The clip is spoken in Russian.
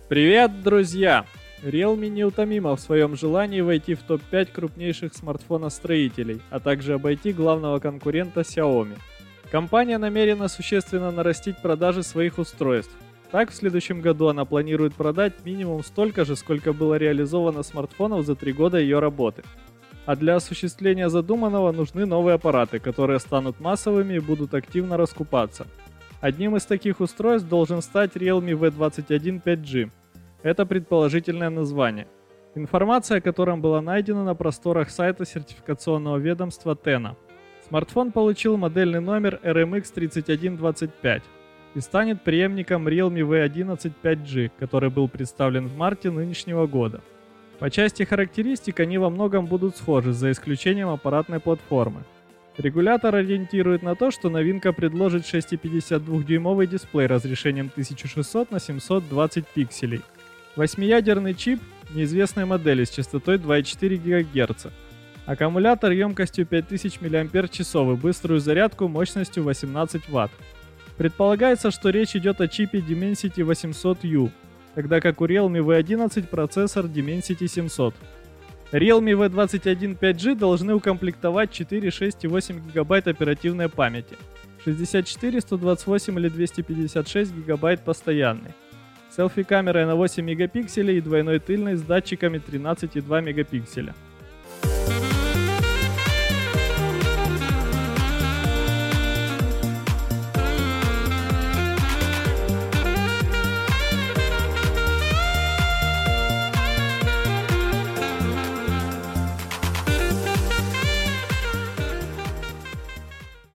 Привет, друзья! Realme неутомима в своем желании войти в топ-5 крупнейших смартфоностроителей, а также обойти главного конкурента Xiaomi. Компания намерена существенно нарастить продажи своих устройств. Так, в следующем году она планирует продать минимум столько же, сколько было реализовано смартфонов за 3 года ее работы. А для осуществления задуманного нужны новые аппараты, которые станут массовыми и будут активно раскупаться. Одним из таких устройств должен стать Realme V21 5G. Это предположительное название. Информация о котором была найдена на просторах сайта сертификационного ведомства TENA. Смартфон получил модельный номер RMX3125 и станет преемником Realme V11 5G, который был представлен в марте нынешнего года. По части характеристик они во многом будут схожи, за исключением аппаратной платформы. Регулятор ориентирует на то, что новинка предложит 6,52-дюймовый дисплей разрешением 1600 на 720 пикселей, 8-ядерный чип неизвестной модели с частотой 2,4 ГГц, аккумулятор емкостью 5000 мАч и быструю зарядку мощностью 18 Вт. Предполагается, что речь идет о чипе Dimensity 800U, тогда как у Realme V11 процессор Dimensity 700. Realme V21 5G должны укомплектовать 4, 6 и 8 ГБ оперативной памяти, 64, 128 или 256 ГБ постоянной, селфи-камерой на 8 мегапикселей и двойной тыльной с датчиками 13,2 мегапикселя.